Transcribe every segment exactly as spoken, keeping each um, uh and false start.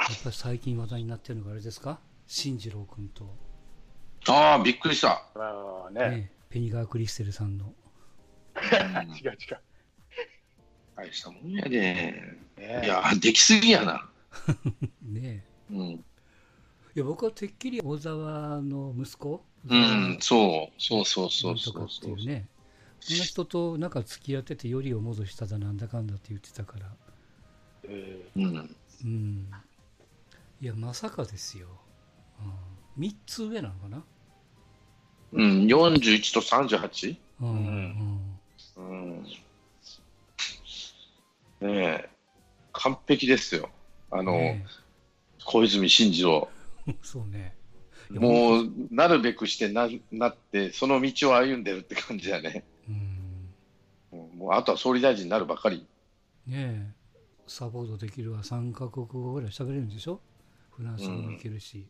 っぱり最近話題になってるのがあれですか、進次郎君と、 ああ、びっくりした。 ああね。 ね、ペニガー・クリステルさんの。 違う違う。 大したもんやで。 ね、 いや、できすぎやな。 ねうん。 いや、僕はてっきり小沢の息子、 うん、そう、そうそうそなうんそうとかってそういうね、そんな人となんか付き合っててよりを戻しただなんだかんだって言ってたから、 えうん。 うん、いや、まさかですよ、うん、みっつ上なのかな、 うん、よんじゅういちとさんじゅうはち？ うんうん、 うん。ねえ、完璧ですよ。あの、 ね小泉進次郎。 えそうね、いやも本う、なるべくしてな、なって、その道を歩んでるって感じだね。 当、うんうんもう、あとは総理大臣になるばかり。 ねえ、サポートできるわ、さんカ国語ぐらい喋れるんでしょ、フランス語もいけるし、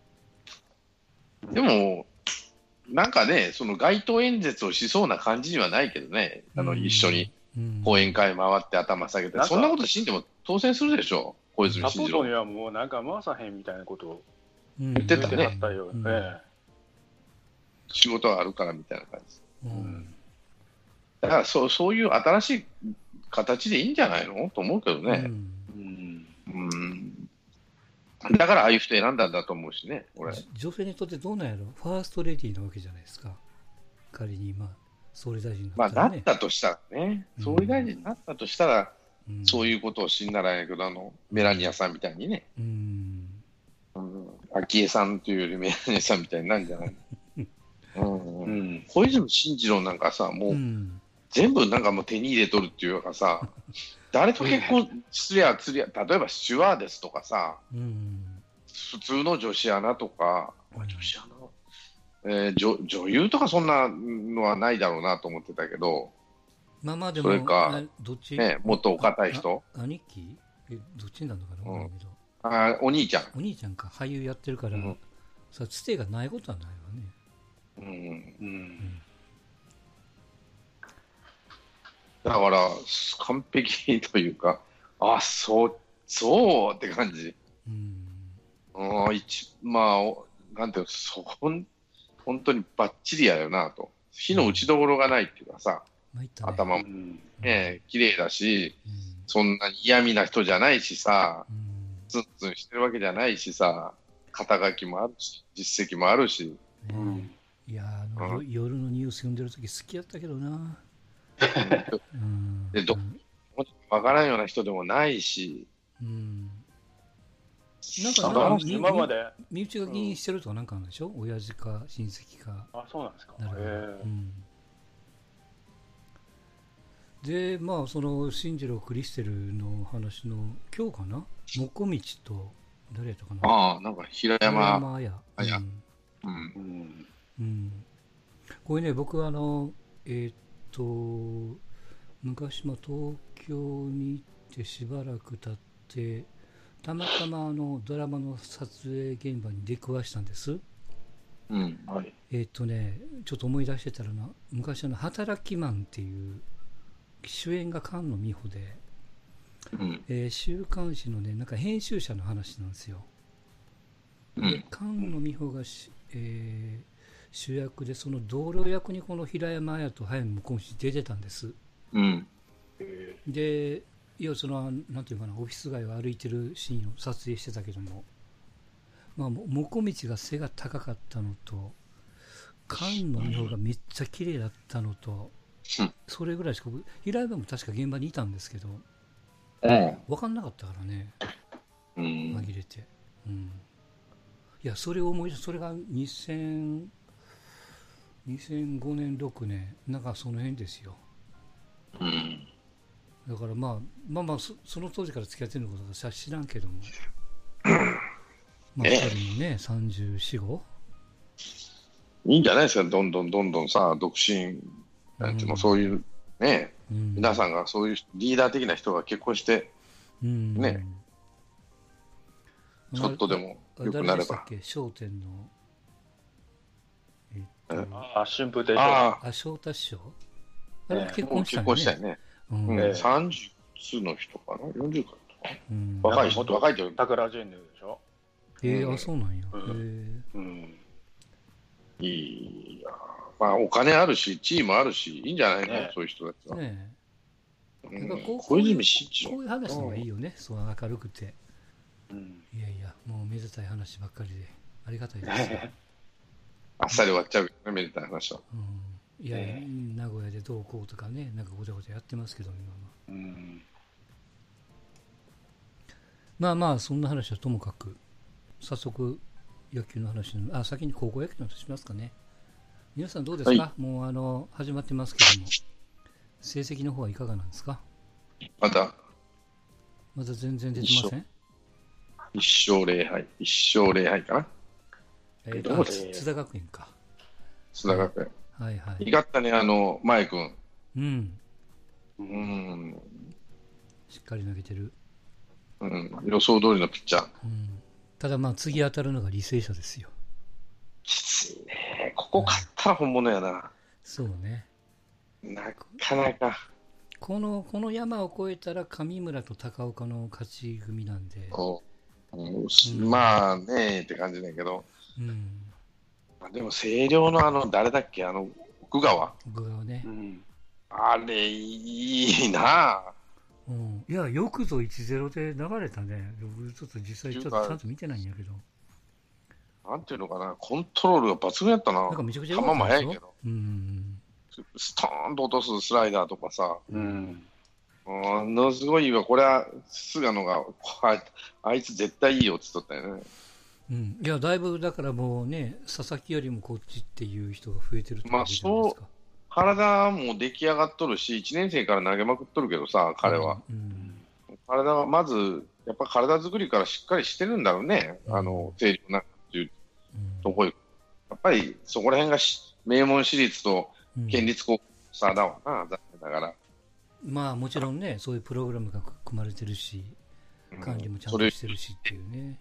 でも、なんかね、その街頭演説をしそうな感じにはないけどね、あの、 うん一緒にうん講演会回って頭下げて、 なんかそんなことしんでも当選するでしょ、小泉サポートに進次郎。 はもうなんか回さへんみたいなことをうん言ってたね言ってはったようんね。 仕事があるからみたいな感じ。 うんだからそう、そういう新しい形でいいんじゃないのと思うけどうね。 んうん。 うん。だからああいう人選んだんだと思うしね、俺。 じ女性にとってどうなんやろ、ファーストレディーなわけじゃないですか、仮にまあ総理大臣にまあ、ななったらね、 ったとしたらね、 うん総理大臣になったとしたら、 うんそういうことを死んだらやけど、あの、メラニアさんみたいにね、 うんうん、昭恵さんというよりメラニアさんみたいになるんじゃないうん、 ううん、 ん。 小泉進次郎なんかさ、もううん全部なんかもう手に入れとるっていうかさ、誰と結婚すりゃ、つりゃ、例えばスチュワーデスとかさ、 うん普通の女子アナとか、女子アナ、えー女、女優とかそんなのはないだろうなと思ってたけど、 まあまあでもそれかあどっち、 ね、もっとお堅い人、 あ兄貴えどっちになるのかな、 うんわからんけどあお兄ちゃん、 お兄ちゃんか、俳優やってるから、 うんさつてがないことはないわね。 うん、 うん。 だから完璧というか、あ、そう、そうって感じ。 うんうん、一まあ、おなんていうの、そほん本当にバッチリやよなと。火の打ちどころがないっていうかさ、 参ったね。 頭もうん。 ね、綺麗だし、 うんそんなに嫌味な人じゃないしさ、 うんツンツンしてるわけじゃないしさ、肩書きもあるし、実績もあるし、 ねうんいやあの、 うよ夜のニュース読んでる時好きやったけどな。うんでどわからんような人でもないし、 うんなんかだからなんかみ今まで、 身内が議員してるとかなんかあるんでしょ、親父か親戚か。 あ、そうなんですか。 なるほど、 えうんでまあその進次郎クリステルの話の今日かな、もこみちと誰やったかな、 ああ、なんか平平山、 山綾、 あやうんうん、 うん。 うん、これね僕はあのえーっと昔も東京に行ってしばらく経ってたまたまあのドラマの撮影現場に出くわしたんです。 うん、 はい。 えーっとねちょっと思い出してたらな、昔あの働きマンっていう主演が菅野美穂で、 うん、 えー週刊誌のねなんか編集者の話なんですよ。でうん、 菅野美穂がし、えー主役でその同僚役にこの平山綾と早見向こう出てたんです。 うん、 えで要はそのなんていうかな、オフィス街を歩いてるシーンを撮影してたけども、まあ、ももこみちが背が高かったのと菅野美穂がめっちゃ綺麗だったのと、 うんそれぐらいしか僕、平山も確か現場にいたんですけどうん、 分かんなかったからね、 うん、 紛れて、うん、いやそれを思い出す、それがにせん にせんごねんろくねんなんかその辺ですよ。 うん、 だからまあまあまあ そ, その当時から付き合ってるのことは知らんけども、まあええふたりもねさんじゅうよん、ごいいんじゃないですか、どんどんどんどんさ、独身、なんていうの、 うんそういうね、 うん皆さんがそういうリーダー的な人が結婚して、 うんねちょっとでもあ良くなれば。 誰でしたっけ、笑点のえっとうんあ、春風亭昇ああ翔太師匠あれええ結あ、もう結婚したんよね。 婚したよね。 うんうんええさんじゅうの人かな、よんじゅうかうん、 若い人、 元若い人、 タクラジェンヌでしょ。 えーうんあ、そうなんや。 うんえーうん。 いいや、まあ、お金あるし、地位もあるし、いいんじゃないの、 ねそういう人たちは。 ねうえ、やっぱこうん、小こういう泉進次郎こういう話の方がいいよね、そう明るくて。 うん。 いやいや、もうめでたい話ばっかりで、ありがたいですよ。 あっさり終わっちゃうけどね、めでたい話は。 うん、いや、 ね名古屋でどうこうとかね、なんかごちゃごちゃやってますけど、今は。 うん。 まあまあ、そんな話はともかく、早速、野球の話の、あ、先に高校野球の話しますかね。皆さんどうですか、 はもうあの、始まってますけども、成績の方はいかがなんですか？ また、 まだ全然出てません？ 一勝零敗、一勝零敗かな、 えー、 どうでとあつ津田学園か。 須田学園。 はいはいい。 がったね、あの、前君。 うん。 うん、 しっかり投げてる。 うん、予想通りのピッチャー。 うん。ただまあ、次当たるのが履正社ですよ。 きついね。ここ勝ったら本物やな。 そうね。 なかなか。 この、この山を越えたら上村と高岡の勝ち組なんで。 こううんうんまあねって感じだけど、 うん。 でも星稜のあの、誰だっけ、あの、奥川。 奥川ねう。ん。 あれ、いいな。 うん。いや、よくぞいちゼロで流れたね。僕ちょっと実際ちょっとちゃんと見てないんやけど。 なんていうのかな、コントロールが抜群やったな。 なんかめちゃくちゃ球良かったでしょも速いけど、 うん。 ストーンと落とすスライダーとかさ、 うん。 ものすごいわ、これは菅野が、ああいつ絶対いいよって言っとったよね。 うん。いや、だいぶだからもうね、佐々木よりもこっちっていう人が増えてるってことじゃないですか。 体も出来上がっとるし、いちねん生から投げまくっとるけどさ、彼は。 うん。 体はまず、やっぱ体作りからしっかりしてるんだろうね、 うんあの、星稜なんかっていううんところ。やっぱりそこら辺がし名門私立とうん県立高校差だわな、残念ながら。 まあもちろんね、そういうプログラムが組まれてるし、 うん管理もちゃんそれとしてるしっていうね。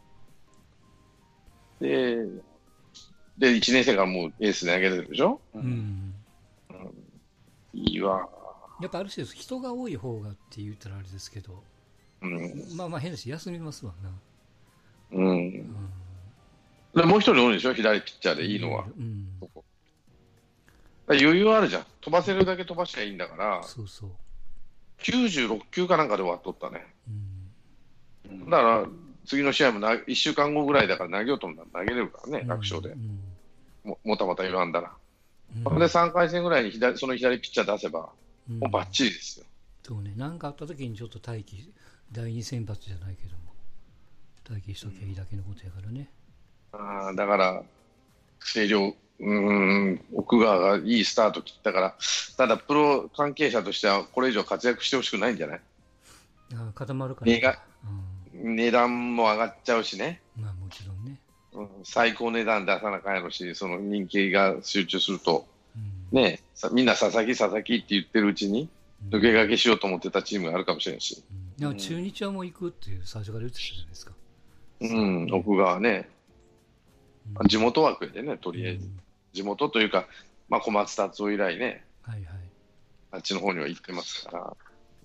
で、で、いちねん生からもうエースで投げれるでしょ。 う。 うんん。 いいわ。 やっぱある種人が多い方がって言ったらあれですけど、 うん。 まあまあ変だし休みますわな。 うん。 うん。 でもう一人おるでしょ、左ピッチャーでいいのは。 うん。 そこだから余裕あるじゃん。飛ばせるだけ飛ばしゃいいんだから、 そうそう。 きゅうじゅうろっきゅうかなんかで終わっとったね。 うん。 だから、次の試合もないっしゅうかんごぐらいだから投げようと思ったら投げれるからね、楽勝でう。ん。 ももたもた言わんだら。 うんそれでさんかい戦ぐらいに左その左ピッチャー出せば、 うんもうバッチリですよ。 そうね、なんかあった時にちょっと待機、第二先発じゃないけども、待機しときゃいいだけのことやからね。 あーだから、星稜、うーん、奥川がいいスタート切ったから、ただプロ関係者としては、これ以上活躍してほしくないんじゃない？ ああ固まるから値がう値段も上がっちゃうしね、 ん、まあもちろんね。 うん、最高値段出さなあかんやろし、その人気が集中すると、 うん、 ね、さみんな佐々木、佐々木って言ってるうちに、抜け駆けしようと思ってたチームがあるかもしれんし、 うん、でも中日はもう行くっていう最初から言ってたじゃないですか。 うん、奥川ね、 うん地元枠でね、とりあえず、 うん地元というか、まあ、小松達夫以来ね、 はいはい。 あっちの方には行ってますから、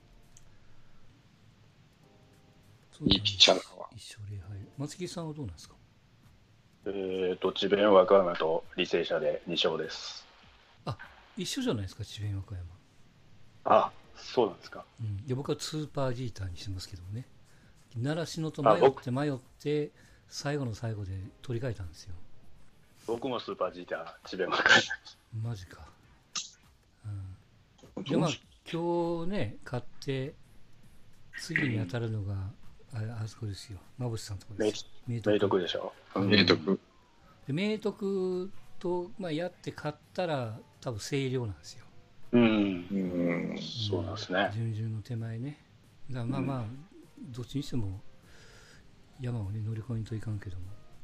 そういいピッチャーだわ。 一勝零敗。松木さんはどうなんですか？ えっと、智弁和歌山と履正社でに勝です。 一緒じゃないですか、智弁和歌山。 あ、そうなんですか。 うん、いや僕はスーパージーターにしてますけどもね。習志野と迷って迷って、最後の最後で取り替えたんですよ。 僕もスーパージーター、智弁和歌山。 マジか。うん、でまあ今日ね勝って次に当たるのがああそこですよ、馬淵さんのところですよ。明明徳でしょ。うん明徳、 で明徳と、まあ、やって勝ったら多分星稜なんですよ。 うん。 うん、 そうなんですね。 準々の手前ね。だからまあまあ、どっちにしても山をね乗り越えんといかんけども、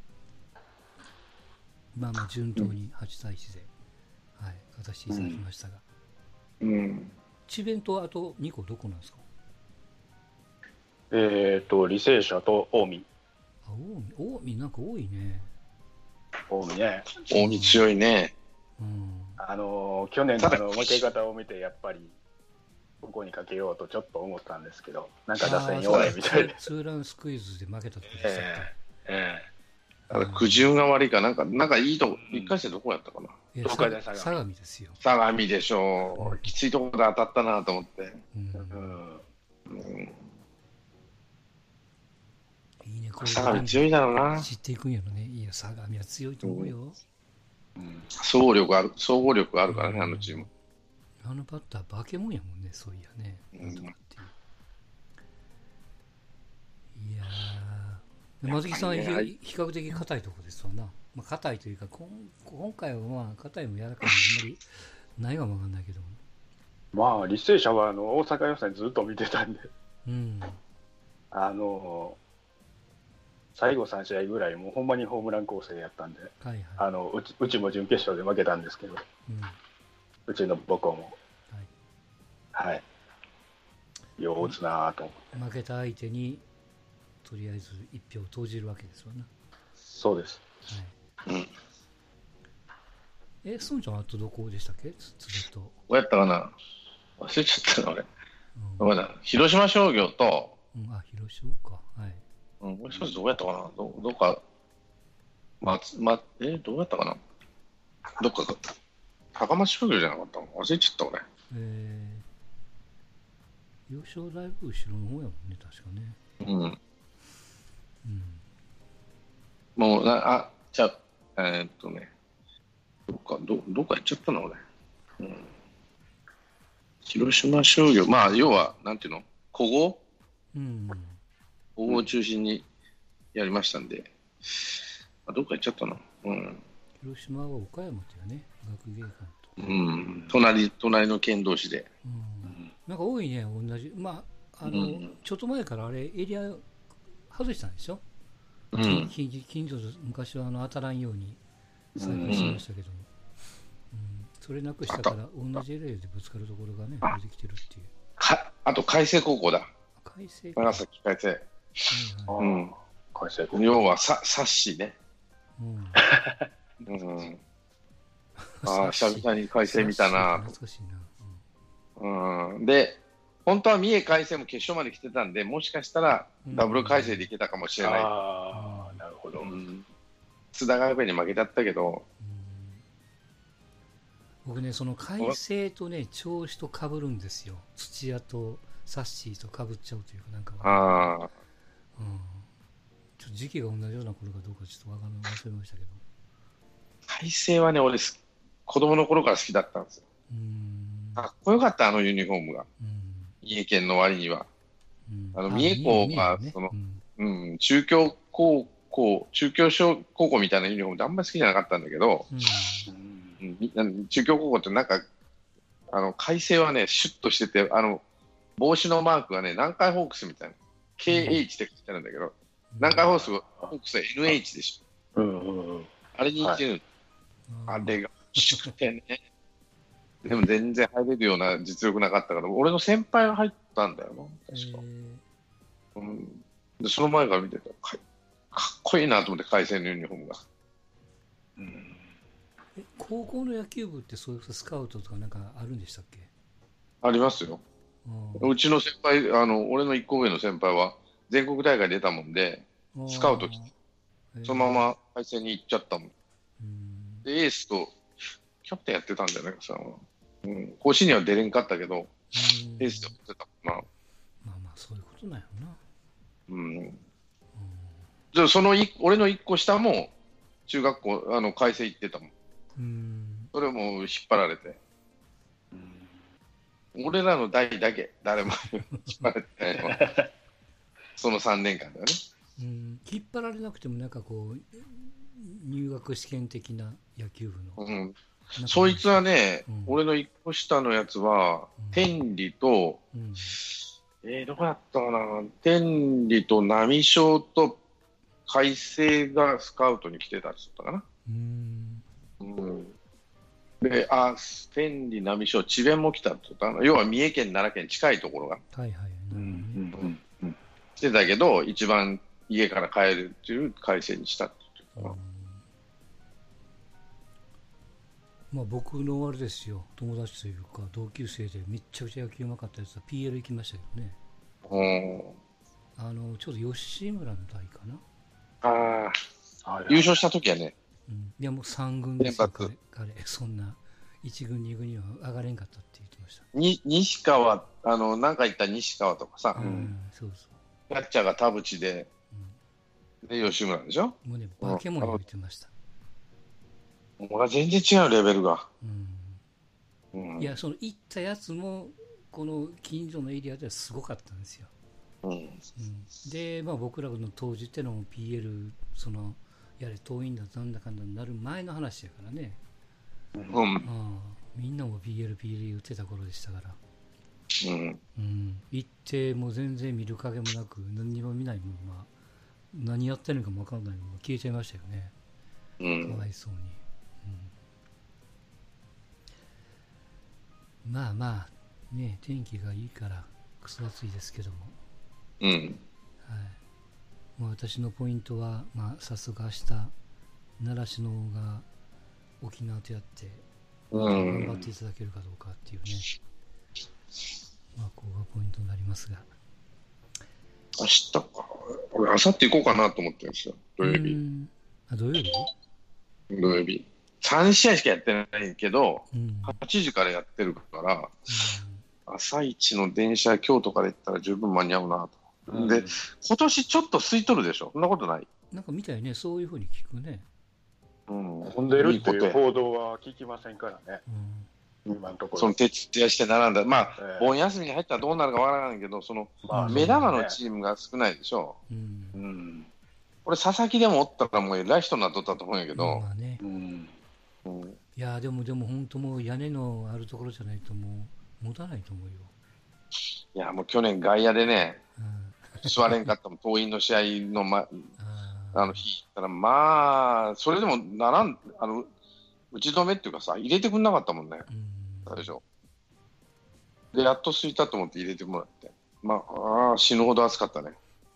まあまあ順当にはちたいいちで、はい、勝たせていただきましたが、 うん、 智弁とあとにこどこなんですか？ えっと、履正社と近江。 あ、近江、近江なんか多いね。 近江ね。 近江強いね。 うん。 あのー去年のあの負け方を見て、やっぱり、 ここにかけようとちょっと思ったんですけど、なんか打線弱いみたいで。 ツーランスクイズで負けた時でしたっけ、 えええあれ苦渋が悪いかなんか、なんかいいとこ、一回戦どこやったかな。 いや東海大相模相模ですよ。 相模でしょう。きついところで当たったなと思って。 うんえうんうん、 いいね、こう相模強いだろうな。 知っていくんやろね。いや、相模は強いと思うよ。 うん総合力ある、総合力あるからね、あのチーム。 あのバッター、化け物やもんね、そういやね。 うんなんとかっていう。いやー、松木さんはひやっぱりね比較的硬いところですわな。まあ、硬いというか、こん今回はまあ、硬いも柔らかいもあんまりないかもわかんないけども。 まあ、履正社はあの大阪予選ずっと見てたんで、 うん。 あの最後さん試合ぐらい、もうほんまにホームラン構成やったんで、 はいはい。 あのうちうちも準決勝で負けたんですけど、 うん。 うちの母校も、 はいはい、よう打つなぁと思って、 負けた相手にとりあえず一票投じるわけですわな。 そうです。 はい。 うん。 え、孫ちゃんはあとどこでしたっけ？つつと。 どうやったかな忘れちゃったな、俺。 うん。 ごめんな。広島商業と、 うん、あ、広島か。はい。 うん、もう一つどうやったかなどどっか、ま、ま、え、どうやったかなどっか、高松商業じゃなかったの忘れちゃった、俺。 えー、幼少だいぶ後ろの方やもんね、確かね。 うん。 うん。 もうな、あ、じゃあ、えーっとね、どっか、ど、どっか行っちゃったな、俺。うん。広島商業、まあ、要は、なんていうの古豪うん。 古豪を中心にやりましたんで、あどっか行っちゃったな。うん。 広島は岡山というね、学芸館と。 うん。隣、隣の県同士で。 うん。なんか多いね、同じ。まあ、あの、 うんちょっと前からあれ、エリア外したんでしょ？ うん。 近近所と昔はあの当たらんように再開しましたけども、うんそれなくしたから同じエリアでぶつかるところがね出てきてるっていう。 か、あと、海星高校だ。 改正か。 長崎海星。 はいあはいうん。 改正校要は、さ、サッシーね。 うんうん。ああ、久々に海星見たな。 懐かしいな。 うん。で、本当は三重海星も決勝まで来てたんで、もしかしたらうんダブル海星でいけたかもしれない。 ああ、なるほど。 うん。津田学園に負けちゃったけど、 うん僕ね、その海星とね、銚子と被るんですよ。土屋とサッシーと被っちゃうというか、なんかは、 ああ、 うん、ちょっと時期が同じような頃かどうかちょっとわかんない、忘れましたけど。 海星はね、俺す、子供の頃から好きだったんですよ。 うん。 かっこよかった、あのユニフォームが。 うん三重県の割には。 うんあの三重校は三重そのうんうん、中京高校、中京小高校みたいなユニフォームってあんまり好きじゃなかったんだけど、 うんうんうんみなん中京高校ってなんか、あの、海星はね、シュッとしてて、あの、帽子のマークがね、南海ホークスみたいな。ケーエイチ って書いてあるんだけど、南海ホークス、ホークスは エヌエイチ でしょ。 うんうんうん。 あれに似てる。あれが欲しくてね。でも全然入れるような実力なかったから、俺の先輩が入ったんだよな、確か。 えーうん、でその前から見てたらか、かっこいいなと思って、海星のユニフォームが。 うんえ高校の野球部ってそういうスカウトとかなんかあるんでしたっけ？ ありますよ。 うんうちの先輩、あの俺の一個上の先輩は全国大会出たもんで、スカウト来て、そのまま海星に行っちゃったもん。 うんで、エースとキャプテンやってたんじゃないかさ、うん、甲子園には出れんかったけど、 うんエースでやってたもんな。 まあまあそういうことなんやろな。 うん、でそのい俺の一個下も中学校、あの海星行ってたもん。 うんそれも引っ張られて。俺らの代だけ、誰も引っ張られてないのは、そのさんねんかんだよね。 うん引っ張られなくてもなんかこう入学試験的な野球部の、 うん、 なんかそいつはね、 うん俺の一個下のやつは、 うん天理と、 うんえー、どこだったかな、天理と波商と海星がスカウトに来てたって言ったかな。 うんうんで、あ、天理、波商、智弁も来たって言ったかな。要は三重県、奈良県近いところがはいはいなるほどねうん来てたけど、一番家から帰るっていう海星にしたって言ってたかな。 まあ、僕のあれですよ、友達というか同級生でめっちゃくちゃ野球うまかったやつは ピーエル 行きましたけどね。 うん。 あのちょうど吉村の代かな、 ああ、 はい優勝した時はね、 うん、いやもうさん軍ですよ連彼、彼そんないち軍に軍には上がれんかったって言ってました。 に西川、あの、なんか言った西川とかさ、 うん、そうそう、 キャッチャーが田淵で、で、吉村でしょ。 もうね化け物言ってました。 俺は全然違うレベルが。 うん、 うん、 いやその行ったやつもこの近所のエリアではすごかったんですよ。 うん、 うん、で、まあ、僕らの当時っての ピーエル そのやれ遠いんだなんだかんだになる前の話やからね、 うん、 ああみんなも ピーエル、ピーエル 言ってた頃でしたから、 うんうん、行ってもう全然見る影もなく何にも見ないまま何やってるのかも分かんないまま消えちゃいましたよね、 うん、 かわいそうに、うん、まあまあね天気がいいからクソ暑いですけども、 うん、 はい、まあ、私のポイントは、まあ、早速明日習志野が沖縄とやってうん頑張っていただけるかどうかっていうね、まあ、ここがポイントになりますが、 明日か。俺、明後日行こうかなと思ってるんですよ、土曜う日。 んあ土曜日、 土曜日。さん試合しかやってないけど、 うんはちじからやってるから、 う朝一の電車、京都から行ったら十分間に合うなと。 うんで、今年ちょっと空いとるでしょ。そんなことない。 ん、なんかみたいね、そういうふうに聞くね、 うん。 混んでるっていういいことや。 報道は聞きませんからね、 うん、 今のところ。 その徹夜して並んだ。まあ、 ええ盆休みに入ったらどうなるかわからないけど、その、 まあ目玉のチームが少ないでしょ。 うんう、ん。 俺、佐々木でもおったらもう偉い人になっとったと思うんやけど、 まあね、 うん。 うん、 いやでもでも本当もう屋根のあるところじゃないともう持たないと思うよ、 いや、もう去年外野でね、 うん、 座れんかったもん、桐蔭の試合の、ま、 ああの日行ったら、まあ、それでもならん、あの、打ち止めっていうかさ、入れてくんなかったもんね、 うん最初。で、やっと空いたと思って入れてもらって。まあ、あー死ぬほど暑かったね。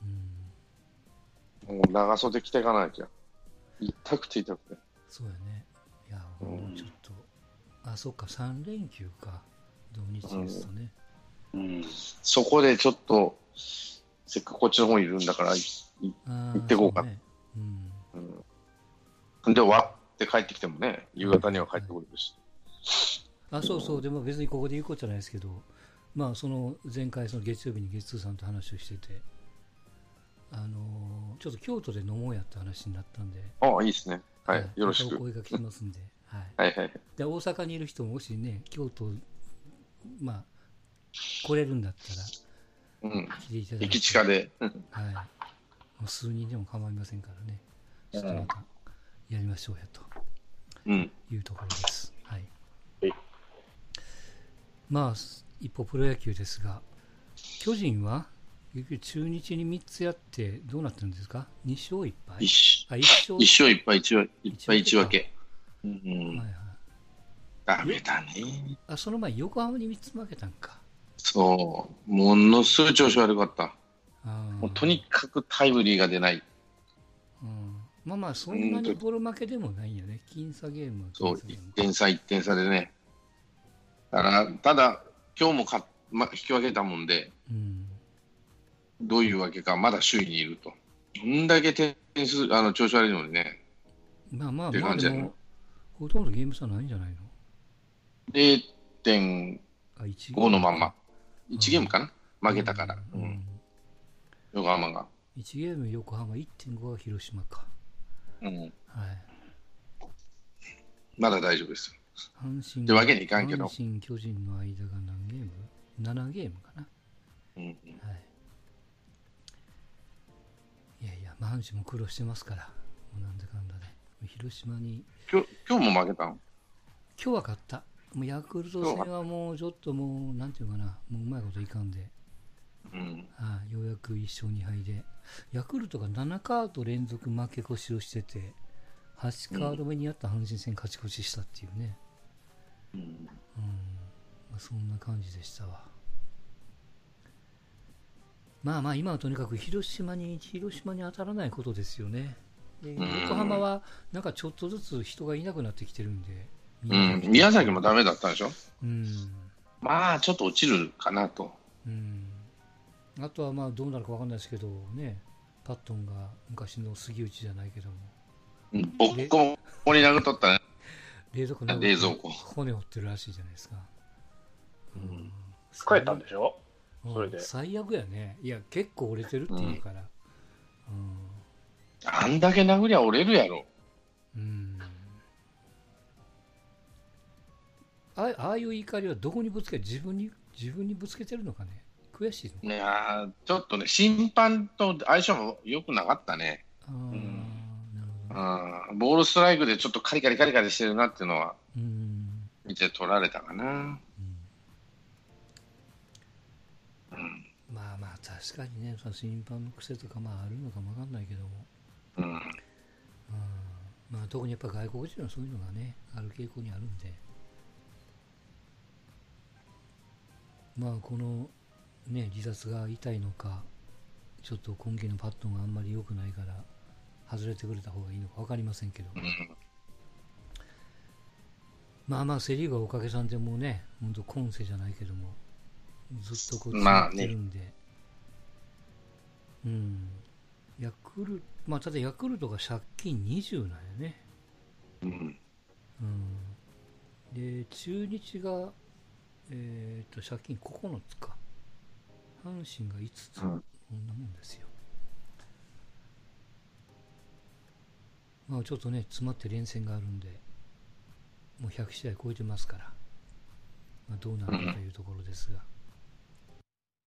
うん、 もう長袖着ていかないと。痛くて痛くて。 そうやね、いやうんもうちょっと、あそっかさん連休か土日ですとね、 うん。 そこでちょっと、せっかくこっちの方にいるんだから、いいあー行ってこうかそね、うんうん、で、終わって帰ってきてもね、夕方には帰ってくるし。 あそうそう、でも別にここで言うことじゃないですけど、まあ、その前回、その月曜日に月通さんと話をしてて、あのーちょっと京都で飲もうやって話になったんで、 ああ、いいですね。はい、よろしく。 またお声がけしますんで、はい、 はいはい。 で大阪にいる人ももしね、京都、まあ、来れるんだったら、 うん。 来ていただいて、 駅近で。うんはい、もう数人でも構いませんからね、ちょっとまたやりましょうやとうん。 いうところです。はいはい、 まあ、一方、プロ野球ですが、巨人は結局中日にみっつやってどうなってるんですか、に勝いっぱい、 一あいっ勝一勝いっぱい一分いっぱい一分け。うはいん。 はい、 ダメだね。 あその前、横浜にみっつ負けたんか。 そう。ものすごい調子悪かった。 あーもうとにかくタイムリーが出ない。 うんまあまあ、そんなにボロ負けでもないんよね、僅差ゲームはそう、1 僅差ゲーム点差、いってん差でね。だから、ただ、今日もか、ま、引き分けたもんで、 うんどういうわけか、まだ首位にいると。どんだけ点数、あの調子悪いのにね、 まあまあってまあ、 感じやねでも、ほとんどゲーム差ないんじゃないの。 れいてんあいちごのまんま。いちゲームかな、負けたから、 ううんん横浜が。 いちゲーム横浜、いってんごは広島か。 うん、 はい。 まだ大丈夫です。 阪神ってわけにいかんけど阪神、巨人の間が何ゲーム ?なな ゲームかな。 うん、 はい。いやいや、まあ、阪神も苦労してますから、もうなんだかんだで。広島に、 今日今日も負けたの。 今日は勝った。もうヤクルト戦はもうちょっともう、なんていうかな、もううまいこといかんで、 うん、 はい、ようやくいっ勝に敗で、ヤクルトがななカード連続負け越しをしてて、はちカード目にあった阪神戦勝ち越ししたっていうね、 うん、 うんまあ、そんな感じでしたわ。まあまあ、今はとにかく広島に、広島に当たらないことですよね。でうん横浜はなんかちょっとずつ人がいなくなってきてるんで、 うん、宮崎もダメだったんでしょ。 うん、 まあちょっと落ちるかなと。 うん、あとはまあどうなるかわかんないですけどね、パットンが昔の杉内じゃないけども、 うん、ボッコボコに殴っとったね。 冷蔵庫の冷蔵庫骨折ってるらしいじゃないですか。 うん、 帰ったんでしょ、 うん、 それで。 最悪やね。いや結構折れてるっていうから、 うん、あんだけ殴りゃ折れるやろ。 うん、あ, ああいう怒りはどこにぶつけ自分に自分にぶつけてるのかね。悔しいの。 いやちょっとね、審判と相性も良くなかったね。 あ、うん、なるほど。 あボールストライクでちょっとカリカリカリカリしてるなっていうのは、 うん、 見て取られたかな。うん、 まあまあ確かにね、その審判の癖とかまああるのかもわかんないけども、 うん、 うん、まあ特にやっぱ外国人はそういうのがねある傾向にあるんで、まあこのね自殺が痛いのか、ちょっと今季のパットがあんまり良くないから外れてくれた方がいいのか分かりませんけど、 うん、 まあまあセ・リーグはおかげさんでもうね、本当今世じゃないけどもずっとこう続いてるんで、まあね、うん、ヤクルまあただヤクルトが借金にじゅうなんやね、 うん、 うん、で中日がえー、と借金ここのつか、阪神がいつつ、うん、こんなもんですよ。まあちょっとね詰まって連戦があるんで、もうひゃく試合超えてますから、まあ、どうなるかというところですが、